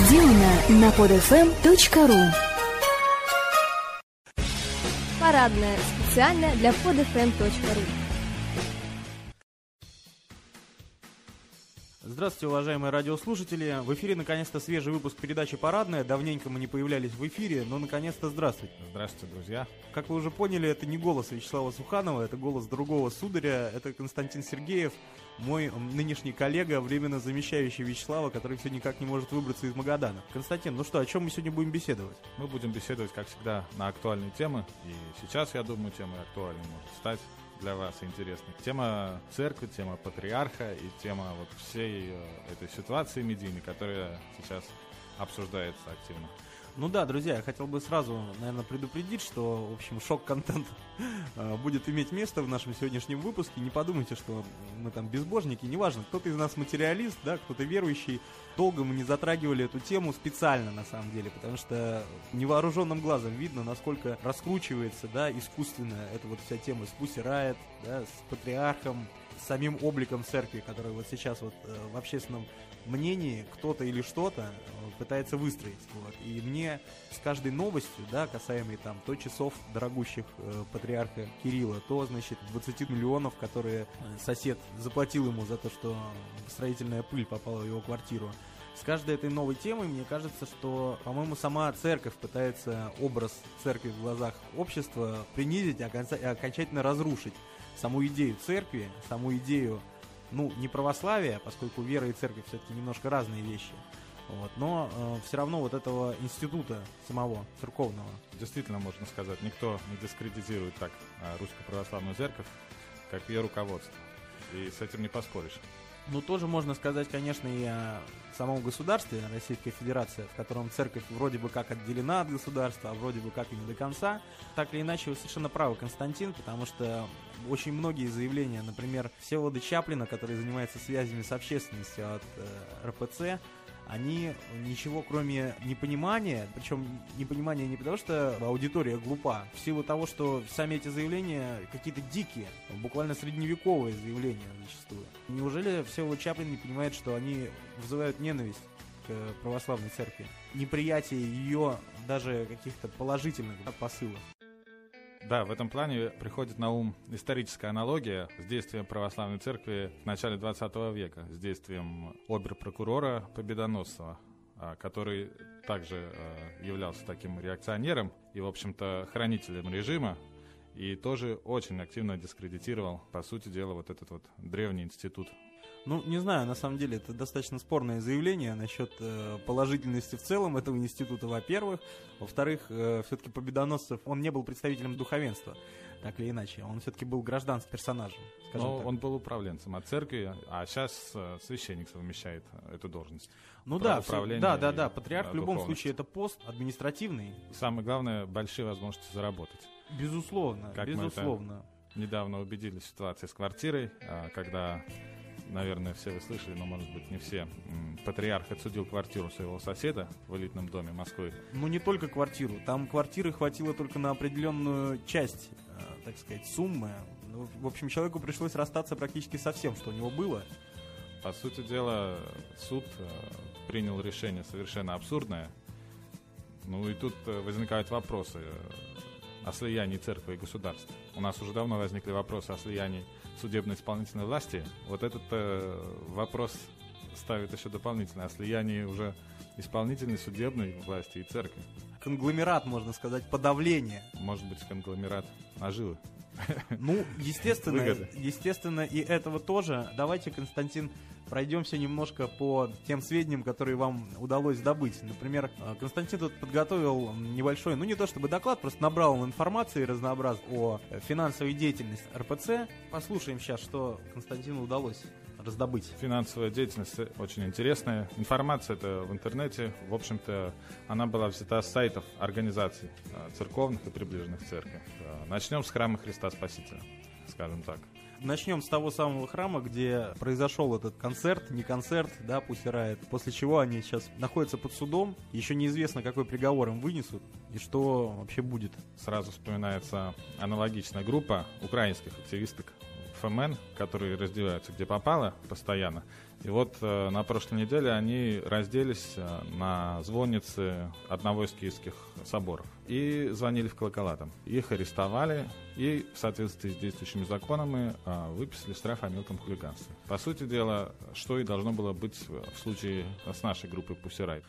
сделано на podfm.ru. Парадная. Специально для podfm.ru. Здравствуйте, уважаемые радиослушатели. В эфире наконец-то свежий выпуск передачи «Парадная». Давненько мы не появлялись в эфире, но наконец-то здравствуйте. Здравствуйте, друзья. Как вы уже поняли, это не голос Вячеслава Суханова, это голос другого сударя, это Константин Сергеев, мой нынешний коллега, временно замещающий Вячеслава, который все никак не может выбраться из Магадана. Константин, ну что, о чем мы сегодня будем беседовать? Мы будем беседовать, как всегда, на актуальные темы. И сейчас, я думаю, тема актуальной может стать для вас интересной. Тема церкви, тема патриарха и тема вот всей этой ситуации медийной, которая сейчас обсуждается активно. Ну да, друзья, я хотел бы сразу, наверное, предупредить, что, в общем, шок-контент будет иметь место в нашем сегодняшнем выпуске. Не подумайте, что мы там безбожники, неважно, кто-то из нас материалист, да, кто-то верующий. Долго мы не затрагивали эту тему специально, на самом деле, потому что невооруженным глазом видно, насколько раскручивается, да, искусственно эта вот вся тема с Pussy Riot, да, с патриархом, с самим обликом церкви, который вот сейчас вот в общественном мнении кто-то или что-то пытается выстроить. Вот. И мне с каждой новостью, да, касаемой там то часов дорогущих патриарха Кирилла, то, значит, 20 миллионов, которые сосед заплатил ему за то, что строительная пыль попала в его квартиру. С каждой этой новой темой мне кажется, что, по-моему, сама церковь пытается образ церкви в глазах общества принизить, окончательно разрушить саму идею церкви, саму идею, ну, не православия, поскольку вера и церковь все-таки немножко разные вещи, вот, но все равно вот этого института самого церковного. Действительно, можно сказать, никто не дискредитирует так Русскую Православную Церковь, как ее руководство. И с этим не поспоришь. Ну, тоже можно сказать, конечно, и о самом государстве Российской Федерации, в котором церковь вроде бы как отделена от государства, а вроде бы как и не до конца. Так или иначе, вы совершенно правы, Константин, потому что очень многие заявления, например, Всеволода Чаплина, который занимается связями с общественностью от РПЦ, они ничего кроме непонимания, причем непонимания не потому, что аудитория глупа, в силу того, что сами эти заявления какие-то дикие, буквально средневековые заявления зачастую. Неужели Всеволод Чаплин не понимает, что они вызывают ненависть к православной церкви, неприятие ее даже каких-то положительных посылов? Да, в этом плане приходит на ум историческая аналогия с действием православной церкви в начале 20 века, с действием обер-прокурора Победоносцева, который также являлся таким реакционером и, в общем-то, хранителем режима, и тоже очень активно дискредитировал, по сути дела, вот этот вот древний институт. Ну, не знаю, на самом деле это достаточно спорное заявление насчет положительности в целом этого института, во-первых. Во-вторых, все-таки Победоносцев, он не был представителем духовенства, так или иначе. Он все-таки был гражданским персонажем, скажем так. Он был управленцем от церкви, а сейчас священник совмещает эту должность. Ну да, патриарх в любом случае это пост административный. Самое главное, большие возможности заработать. Безусловно, как безусловно. Мы недавно убедились в ситуации с квартирой, когда... Наверное, все вы слышали, но, может быть, не все. Патриарх отсудил квартиру своего соседа в элитном доме Москвы. Ну, не только квартиру. Там квартиры хватило только на определенную часть, так сказать, суммы. Ну, в общем, человеку пришлось расстаться практически со всем, что у него было. По сути дела, суд принял решение совершенно абсурдное. Ну, и тут возникают вопросы о слиянии церкви и государства. У нас уже давно возникли вопросы о слиянии судебно-исполнительной власти. Вот этот вопрос ставит еще дополнительно о слиянии уже исполнительной, судебной власти и церкви. Конгломерат, можно сказать, подавление. Может быть, конгломерат наживы. Ну, естественно, и этого тоже. Давайте, Константин, пройдемся немножко по тем сведениям, которые вам удалось добыть. Например, Константин тут подготовил небольшой, ну не то чтобы доклад, просто набрал он информации разнообразной о финансовой деятельности РПЦ. Послушаем сейчас, что Константину удалось раздобыть. Финансовая деятельность очень интересная. Информация-то в интернете, в общем-то, она была взята с сайтов организаций церковных и приближенных к церкви. Начнем с храма Христа Спасителя, скажем так. Начнем с того самого храма, где произошел этот концерт, не концерт, да, Pussy Riot, после чего они сейчас находятся под судом, еще неизвестно, какой приговор им вынесут и что вообще будет. Сразу вспоминается аналогичная группа украинских активисток ФМН, которые раздеваются где попало постоянно. И вот на прошлой неделе они разделись на звоннице одного из киевских соборов и звонили в колокола там. Их арестовали и в соответствии с действующими законами выписали штраф о мелком хулиганстве. По сути дела, что и должно было быть в случае с нашей группой Pussy Riot.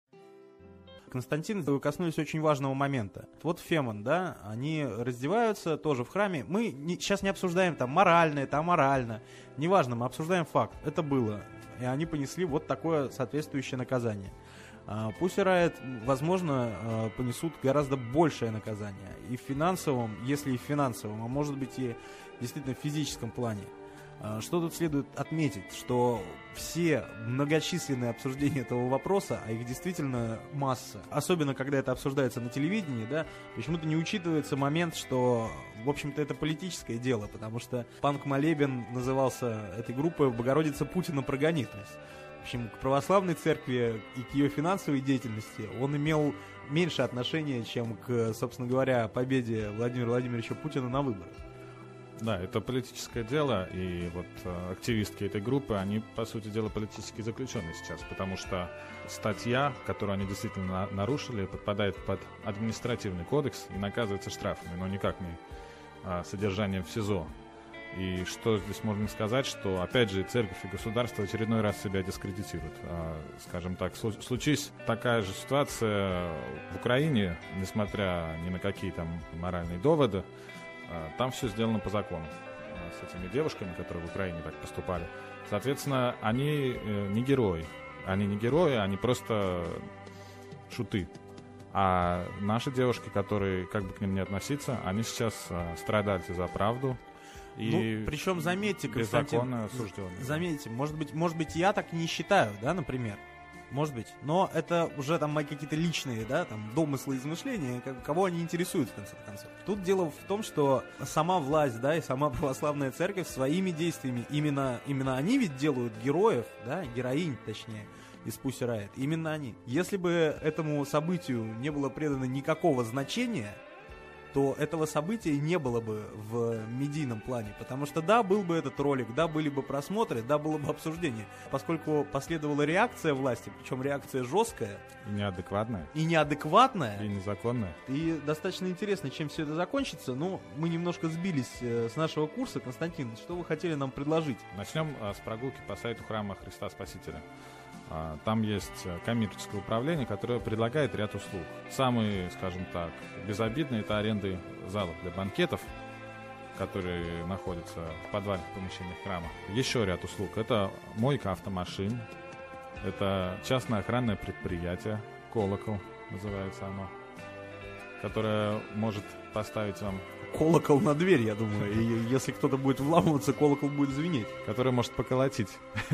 Константин, вы коснулись очень важного момента. Вот Фемон, да, они раздеваются тоже в храме. Мы сейчас не обсуждаем там морально, это аморально. Неважно, мы обсуждаем факт. Это было. И они понесли вот такое соответствующее наказание. Pussy Riot, возможно, понесут гораздо большее наказание. И в финансовом, если и в финансовом, а может быть и действительно в физическом плане. Что тут следует отметить, что все многочисленные обсуждения этого вопроса, а их действительно масса, особенно когда это обсуждается на телевидении, да, почему-то не учитывается момент, что, в общем-то, это политическое дело, потому что панк-молебен назывался этой группой «Богородица Путина прогонит». В общем, к православной церкви и к ее финансовой деятельности он имел меньше отношения, чем к, собственно говоря, победе Владимира Владимировича Путина на выборах. Да, это политическое дело, и вот активистки этой группы, они, по сути дела, политически заключенные сейчас, потому что статья, которую они действительно нарушили, подпадает под административный кодекс и наказывается штрафами, но никак не содержанием в СИЗО. И что здесь можно сказать, что, опять же, церковь и государство в очередной раз себя дискредитируют. Скажем так, случись такая же ситуация в Украине, несмотря ни на какие там моральные доводы, там все сделано по закону с этими девушками, которые в Украине так поступали. Соответственно, они не герои. Они просто шуты. А наши девушки, которые, как бы к ним ни относиться, они сейчас страдальцы за правду. И причем, заметьте, Константин, заметьте, может быть, я так не считаю, да, например. Может быть, но это уже там мои какие-то личные, да, там, домыслы и измышления, кого они интересуют, в конце концов. Тут дело в том, что сама власть, да, и сама православная церковь своими действиями, именно они ведь делают героев, да, героинь, точнее, из Pussy Riot, именно они. Если бы этому событию не было придано никакого значения, то этого события не было бы в медийном плане. Потому что, да, был бы этот ролик, да, были бы просмотры, да, было бы обсуждение. Поскольку последовала реакция власти, причем реакция жесткая. И неадекватная. И неадекватная. И незаконная. И достаточно интересно, чем все это закончится. Но мы немножко сбились с нашего курса. Константин, что вы хотели нам предложить? Начнем с прогулки по сайту Храма Христа Спасителя. Там есть коммерческое управление, которое предлагает ряд услуг. Самый, скажем так, безобидный — это аренды залов для банкетов, которые находятся в подвальных помещениях храма. Еще ряд услуг — это мойка автомашин, это частное охранное предприятие, «Колокол» называется оно, которое может поставить вам... Колокол на дверь, я думаю. И если кто-то будет вламываться, колокол будет звенеть. Который может поколотить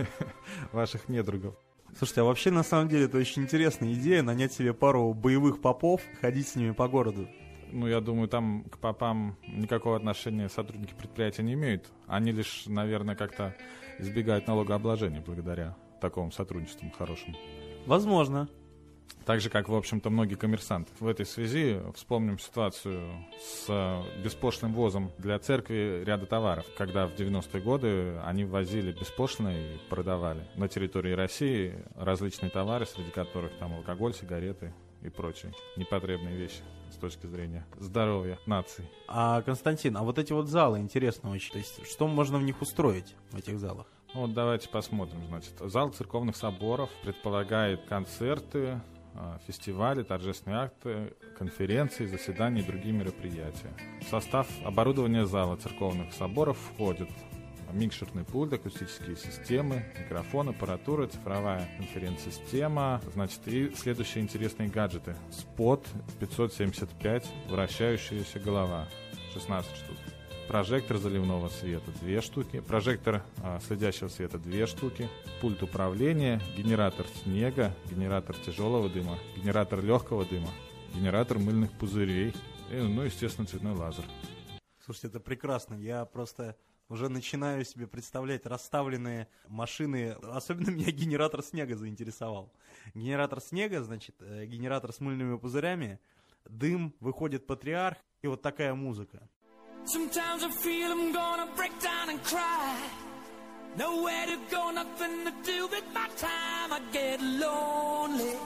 ваших недругов. Слушайте, а вообще, на самом деле, это очень интересная идея — нанять себе пару боевых попов, ходить с ними по городу. Ну, я думаю, там к попам никакого отношения сотрудники предприятия не имеют. Они лишь, наверное, как-то избегают налогообложения благодаря такому сотрудничеству хорошему. Возможно. Так же, как, в общем-то, многие коммерсанты. В этой связи вспомним ситуацию с беспошлиным ввозом для церкви ряда товаров, когда в 90-е годы они ввозили беспошлино и продавали на территории России различные товары, среди которых там алкоголь, сигареты и прочие непотребные вещи с точки зрения здоровья нации. Константин, а вот эти вот залы интересно очень. То есть, что можно в них устроить, в этих залах? Вот давайте посмотрим. Значит, зал церковных соборов предполагает концерты, фестивали, торжественные акты, конференции, заседания и другие мероприятия. В состав оборудования зала церковных соборов входят микшерный пульт, акустические системы, микрофон, аппаратура, цифровая конференц-система, значит, и следующие интересные гаджеты. Спот 575, вращающаяся голова, 16 штук. Прожектор заливного света 2 штуки, прожектор следящего света 2 штуки, пульт управления, генератор снега, генератор тяжелого дыма, генератор легкого дыма, генератор мыльных пузырей и, естественно, цветной лазер. Слушайте, это прекрасно. Я просто уже начинаю себе представлять расставленные машины. Особенно меня генератор снега заинтересовал. Генератор снега, значит, генератор с мыльными пузырями, дым, выходит патриарх и вот такая музыка. Sometimes I feel I'm gonna break down and cry. Nowhere to go, nothing to do with my time. I get lonely,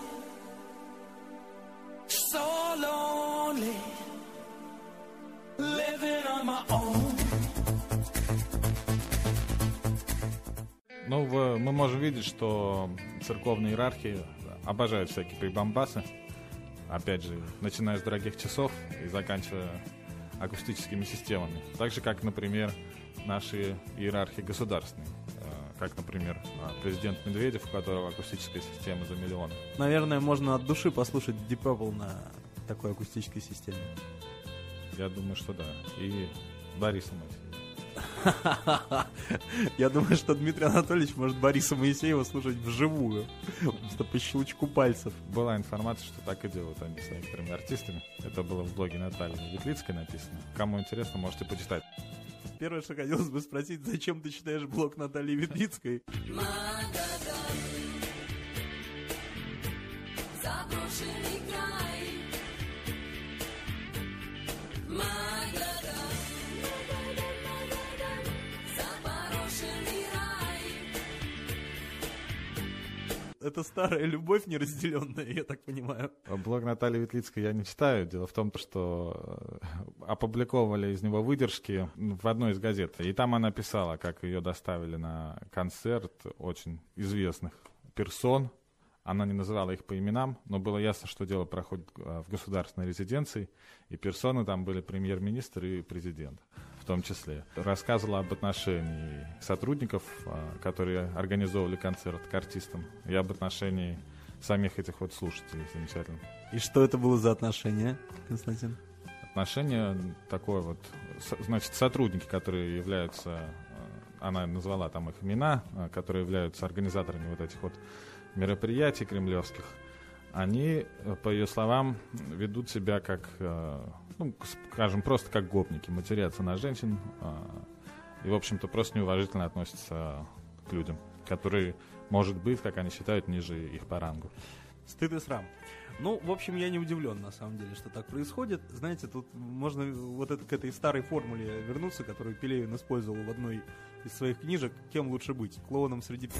so lonely, living on my own. Ну, мы можем видеть, что церковные иерархии обожают всякие прибамбасы. Опять же, начиная с дорогих часов и заканчивая акустическими системами. Так же, как, например, наши иерархии государственные. Как, например, президент Медведев, у которого акустическая система за миллион. Наверное, можно от души послушать Deep Purple на такой акустической системе. Я думаю, что да. И Бориса Моисеева. Я думаю, что Дмитрий Анатольевич может Бориса Моисеева слушать вживую, просто по щелчку пальцев. Была информация, что так и делают они с некоторыми артистами. Это было в блоге Натальи Ветлицкой написано. Кому интересно, можете почитать. Первое, что хотелось бы спросить, зачем ты читаешь блог Натальи Ветлицкой? Заброшенный край. Это старая любовь неразделенная, я так понимаю. Блог Натальи Ветлицкой я не читаю. Дело в том, что опубликовали из него выдержки в одной из газет. И там она писала, как ее доставили на концерт очень известных персон. Она не называла их по именам, но было ясно, что дело проходит в государственной резиденции. И персоны там были премьер-министр и президент в том числе. Рассказывала об отношении сотрудников, которые организовывали концерт, к артистам, и об отношении самих этих вот слушателей замечательно. И что это было за отношение, Константин? Отношение такое вот, значит, сотрудники, которые являются, она назвала там их имена, которые являются организаторами вот этих вот мероприятий кремлевских, они, по ее словам, ведут себя как, ну, скажем, просто как гопники, матерятся на женщин и, в общем-то, просто неуважительно относятся к людям, которые, может быть, как они считают, ниже их по рангу. Стыд и срам. Ну, в общем, я не удивлен, на самом деле, что так происходит. Знаете, тут можно вот к этой старой формуле вернуться, которую Пелевин использовал в одной из своих книжек. Кем лучше быть? Клоуном среди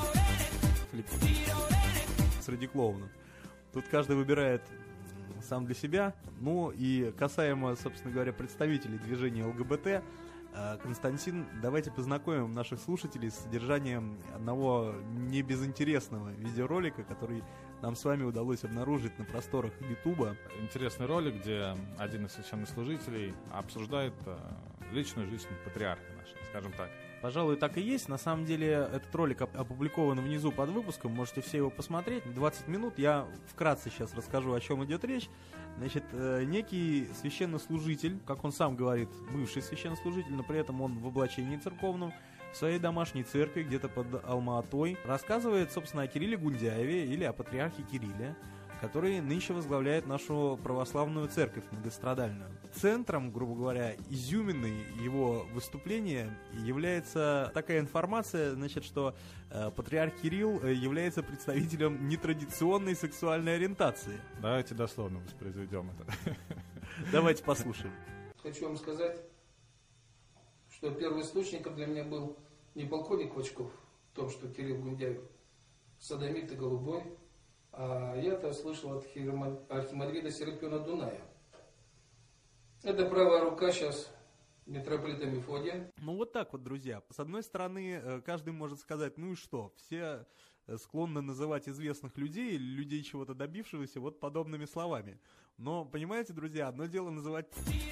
клоунов. Тут каждый выбирает сам для себя. Ну и касаемо, собственно говоря, представителей движения ЛГБТ, Константин, давайте познакомим наших слушателей с содержанием одного небезынтересного видеоролика, который нам с вами удалось обнаружить на просторах Ютуба. Интересный ролик, где один из священнослужителей обсуждает личную жизнь патриарха нашего, скажем так. Пожалуй, так и есть. На самом деле, этот ролик опубликован внизу под выпуском. Можете все его посмотреть. 20 минут. Я вкратце сейчас расскажу, о чем идет речь. Значит, некий священнослужитель, как он сам говорит, бывший священнослужитель, но при этом он в облачении церковном, в своей домашней церкви, где-то под Алма-Атой, рассказывает, собственно, о Кирилле Гундяеве или о патриархе Кирилле, который нынче возглавляет нашу православную церковь многострадальную. Центром, грубо говоря, изюмины его выступления является такая информация, значит, что патриарх Кирилл является представителем нетрадиционной сексуальной ориентации. Давайте дословно воспроизведем это. Давайте послушаем. Хочу вам сказать, что первоисточником для меня был не полковник Клочков в том, что Кирилл Гундяев содомит и голубой, а я-то слышал от архимандрита Серапиона Дуная. Это правая рука сейчас митрополита Мефодия. Ну вот так вот, друзья. С одной стороны, каждый может сказать, ну и что, все склонны называть известных людей, людей чего-то добившегося вот подобными словами. Но, понимаете, друзья, одно дело называть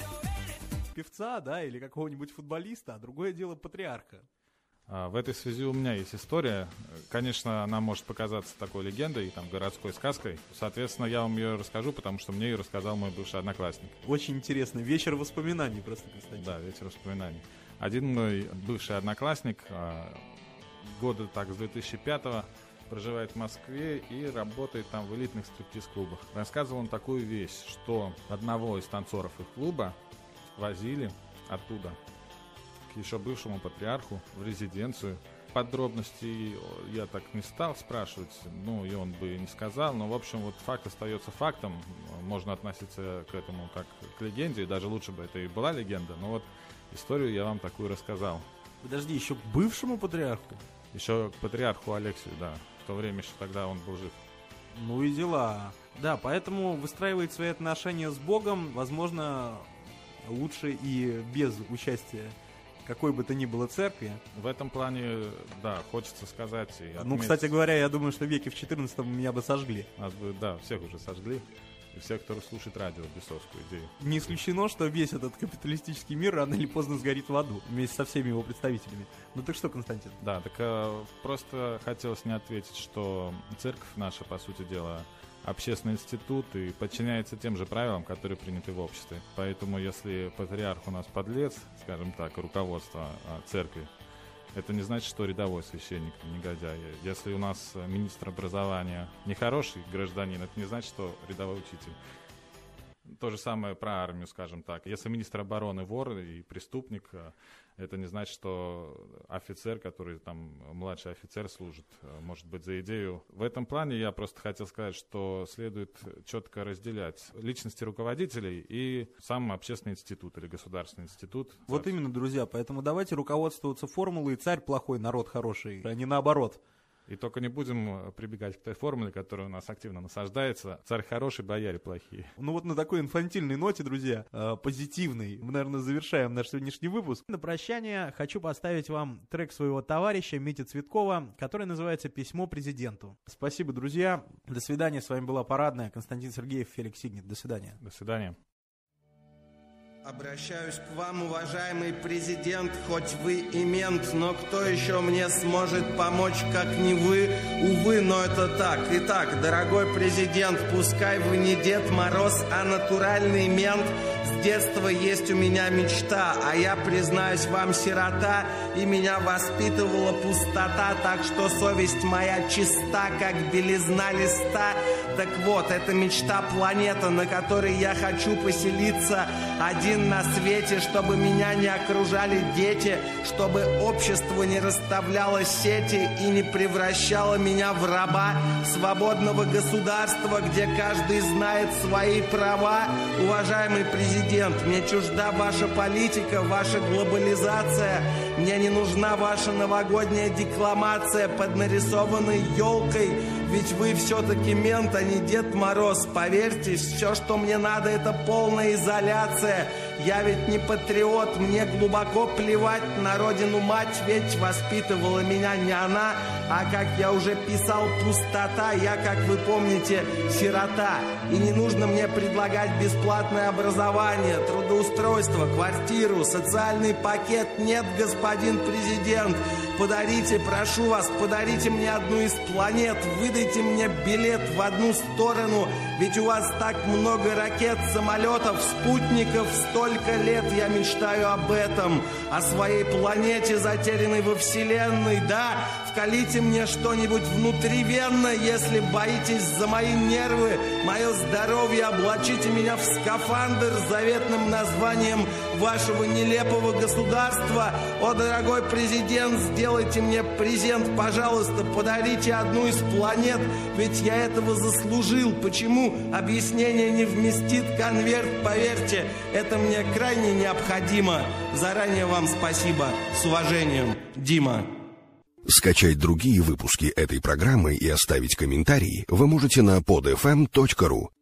певца, да, или какого-нибудь футболиста, а другое дело патриарха. В этой связи у меня есть история. Конечно, она может показаться такой легендой, там, городской сказкой. Соответственно, я вам ее расскажу, потому что мне ее рассказал мой бывший одноклассник. Очень интересно. Вечер воспоминаний просто, Константин. Да, вечер воспоминаний. Один мой бывший одноклассник, года так с 2005-го, проживает в Москве и работает там в элитных стриптиз-клубах. Рассказывал он такую вещь, что одного из танцоров их клуба возили оттуда к еще бывшему патриарху в резиденцию, подробностей я так не стал спрашивать, ну, и он бы не сказал, но, в общем, вот факт остается фактом, можно относиться к этому как к легенде, и даже лучше бы это и была легенда, но вот историю я вам такую рассказал. Подожди, еще к бывшему патриарху? Еще к патриарху Алексию, да, в то время еще тогда он был жив. Ну и дела. Да, поэтому выстраивать свои отношения с Богом, возможно, лучше и без участия какой бы то ни было церкви. В этом плане, да, хочется сказать. И отметить, ну, кстати говоря, я думаю, что в веке в 14-м меня бы сожгли. Нас бы, да, всех уже сожгли. И всех, кто слушает радио, бесовскую идею. Не исключено, что весь этот капиталистический мир рано или поздно сгорит в аду вместе со всеми его представителями. Ну так что, Константин? Да, так просто хотелось не ответить, что церковь наша, по сути дела, общественный институт и подчиняется тем же правилам, которые приняты в обществе. Поэтому, если патриарх у нас подлец, скажем так, руководство церкви, это не значит, что рядовой священник негодяй. Если у нас министр образования нехороший гражданин, это не значит, что рядовой учитель. То же самое про армию, скажем так. Если министр обороны вор и преступник, это не значит, что офицер, который там младший офицер служит, может быть, за идею. В этом плане я просто хотел сказать, что следует четко разделять личности руководителей и сам общественный институт или государственный институт. Вот именно, друзья, поэтому давайте руководствоваться формулой «царь плохой, народ хороший», а не наоборот. И только не будем прибегать к той формуле, которая у нас активно насаждается. Царь хороший, бояре плохие. Ну вот на такой инфантильной ноте, друзья, позитивной, мы, наверное, завершаем наш сегодняшний выпуск. На прощание хочу поставить вам трек своего товарища Мити Цветкова, который называется «Письмо президенту». Спасибо, друзья. До свидания. С вами была Парадная. Константин Сергеев, Феликс Сигнет. До свидания. До свидания. Обращаюсь к вам, уважаемый президент, хоть вы и мент, но кто еще мне сможет помочь, как не вы? Увы, но это так. Итак, дорогой президент, пускай вы не Дед Мороз, а натуральный мент. С детства есть у меня мечта, а я, признаюсь вам, сирота, и меня воспитывала пустота, так что совесть моя чиста, как белизна листа. Так вот, это мечта планета, на которой я хочу поселиться один на свете, чтобы меня не окружали дети, чтобы общество не расставляло сети и не превращало меня в раба свободного государства, где каждый знает свои права. Уважаемый президент, мне чужда ваша политика, ваша глобализация. Мне не нужна ваша новогодняя декламация под нарисованной елкой, ведь вы все-таки мент, а не Дед Мороз. Поверьте, все, что мне надо, это полная изоляция. Я ведь не патриот, мне глубоко плевать на родину мать, ведь воспитывала меня не она, а, как я уже писал, пустота. Я, как вы помните, сирота. И не нужно мне предлагать бесплатное образование, трудоустройство, квартиру, социальный пакет. Нет, господин президент, подарите, прошу вас, подарите мне одну из планет, выдайте мне билет в одну сторону, ведь у вас так много ракет, самолетов, спутников, столько лет я мечтаю об этом, о своей планете, затерянной во Вселенной. Да, вкалите мне что-нибудь внутривенно, если боитесь за мои нервы, мое здоровье, облачите меня в скафандр с заветным названием вашего нелепого государства. О, дорогой президент, сделайте мне презент, пожалуйста, подарите одну из планет, ведь я этого заслужил. Почему объяснение не вместит конверт? Поверьте, это мне крайне необходимо. Заранее вам спасибо. С уважением, Дима. Скачать другие выпуски этой программы и оставить комментарии вы можете на podfm.ru.